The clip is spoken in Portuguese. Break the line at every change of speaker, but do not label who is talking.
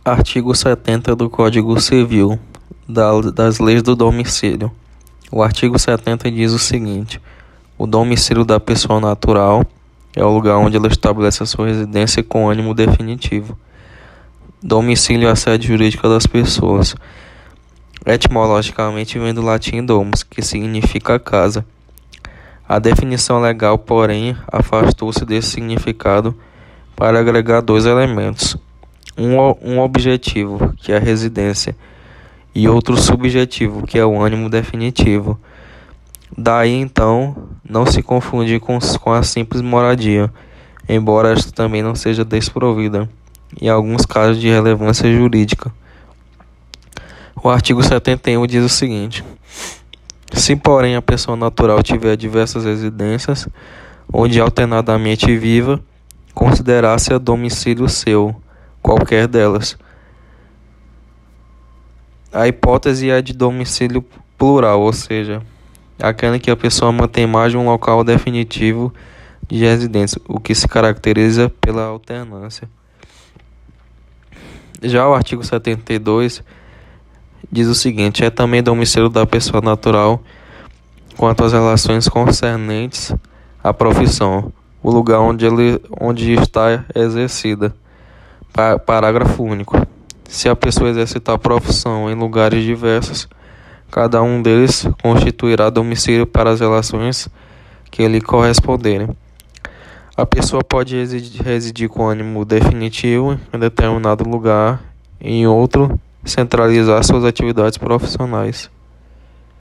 Artigo 70 do Código Civil das Leis do Domicílio. O artigo 70 diz o seguinte: o domicílio da pessoa natural é o lugar onde ela estabelece a sua residência com ânimo definitivo. Domicílio é a sede jurídica das pessoas. Etimologicamente vem do latim domus, que significa casa. A definição legal, porém, afastou-se desse significado para agregar dois elementos: um objetivo, que é a residência, e outro subjetivo, que é o ânimo definitivo. Daí, então, não se confundir com a simples moradia, embora esta também não seja desprovida, em alguns casos de relevância jurídica. O artigo 71 diz o seguinte: se, porém, a pessoa natural tiver diversas residências, onde alternadamente viva, considerar-se-á domicílio seu, qualquer delas. A hipótese é de domicílio plural, ou seja, aquela em que a pessoa mantém mais de um local definitivo de residência, o que se caracteriza pela alternância. Já o artigo 72 diz o seguinte: é também domicílio da pessoa natural quanto às relações concernentes à profissão, o lugar onde está exercida. Parágrafo único. Se a pessoa exercitar a profissão em lugares diversos, cada um deles constituirá domicílio para as relações que lhe corresponderem. A pessoa pode residir com ânimo definitivo em determinado lugar e em outro centralizar suas atividades profissionais.